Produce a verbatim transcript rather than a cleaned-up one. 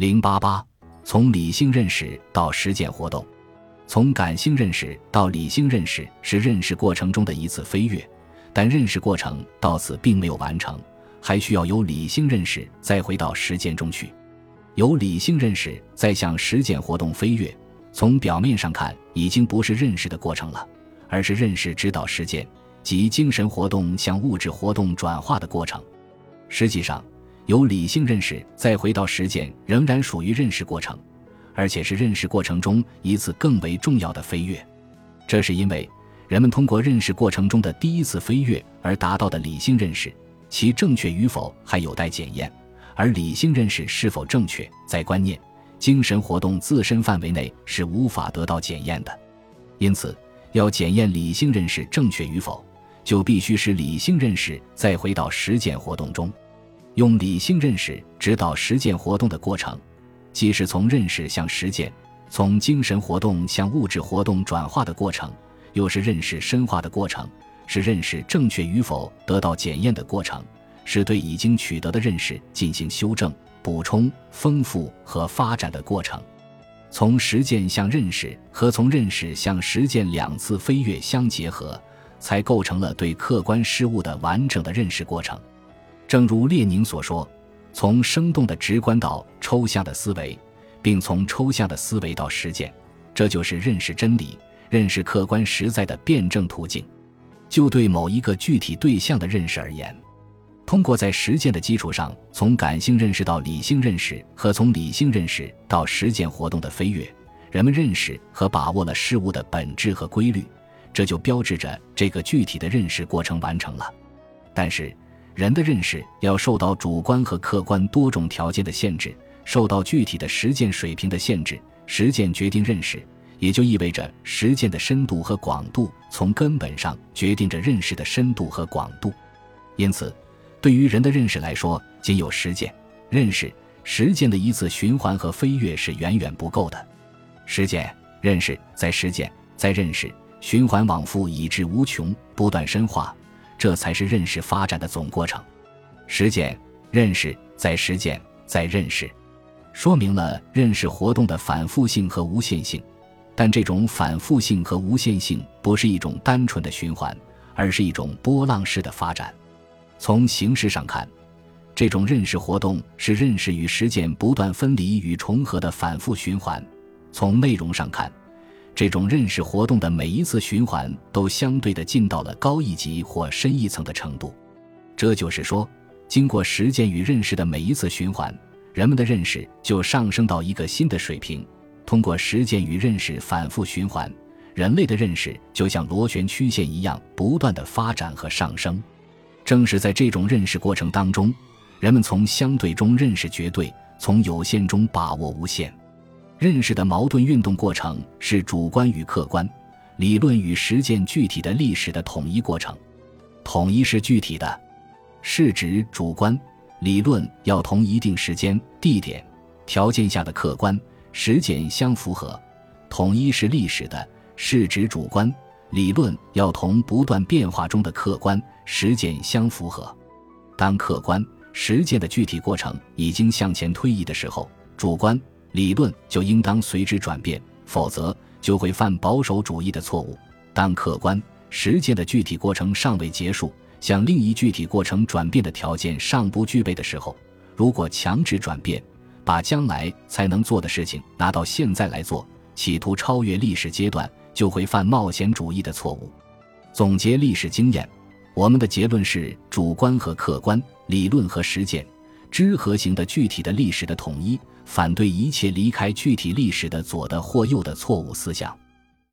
零八八，从理性认识到实践活动。从感性认识到理性认识是认识过程中的一次飞跃，但认识过程到此并没有完成，还需要由理性认识再回到实践中去。由理性认识再向实践活动飞跃，从表面上看已经不是认识的过程了，而是认识指导实践，即精神活动向物质活动转化的过程。实际上，由理性认识再回到实践仍然属于认识过程，而且是认识过程中一次更为重要的飞跃。这是因为人们通过认识过程中的第一次飞跃而达到的理性认识，其正确与否还有待检验，而理性认识是否正确，在观念、精神活动自身范围内是无法得到检验的。因此，要检验理性认识正确与否，就必须使理性认识再回到实践活动中。用理性认识指导实践活动的过程，既是从认识向实践，从精神活动向物质活动转化的过程，又是认识深化的过程，是认识正确与否得到检验的过程，是对已经取得的认识进行修正、补充、丰富和发展的过程。从实践向认识和从认识向实践两次飞跃相结合，才构成了对客观事物的完整的认识过程。正如列宁所说，从生动的直观到抽象的思维，并从抽象的思维到实践，这就是认识真理、认识客观实在的辩证途径。就对某一个具体对象的认识而言，通过在实践的基础上从感性认识到理性认识和从理性认识到实践活动的飞跃，人们认识和把握了事物的本质和规律，这就标志着这个具体的认识过程完成了。但是人的认识要受到主观和客观多种条件的限制，受到具体的实践水平的限制。实践决定认识，也就意味着实践的深度和广度从根本上决定着认识的深度和广度。因此，对于人的认识来说，仅有实践、认识、实践的一次循环和飞跃是远远不够的。实践、认识，再实践，再认识，循环往复以至无穷，不断深化，这才是认识发展的总过程。实践、认识、再实践、再认识，说明了认识活动的反复性和无限性。但这种反复性和无限性不是一种单纯的循环，而是一种波浪式的发展。从形式上看，这种认识活动是认识与实践不断分离与重合的反复循环；从内容上看，这种认识活动的每一次循环都相对地进到了高一级或深一层的程度。这就是说，经过实践与认识的每一次循环，人们的认识就上升到一个新的水平。通过实践与认识反复循环，人类的认识就像螺旋曲线一样不断地发展和上升。正是在这种认识过程当中，人们从相对中认识绝对，从有限中把握无限。认识的矛盾运动过程是主观与客观、理论与实践具体的历史的统一过程。统一是具体的，是指主观、理论要同一定时间、地点、条件下的客观、实践相符合；统一是历史的，是指主观、理论要同不断变化中的客观、实践相符合。当客观、实践的具体过程已经向前推移的时候，主观、理论就应当随之转变，否则就会犯保守主义的错误。当客观、实践的具体过程尚未结束，向另一具体过程转变的条件尚不具备的时候，如果强制转变，把将来才能做的事情拿到现在来做，企图超越历史阶段，就会犯冒险主义的错误。总结历史经验，我们的结论是主观和客观、理论和实践之和型的具体的历史的统一，反对一切离开具体历史的左的或右的错误思想。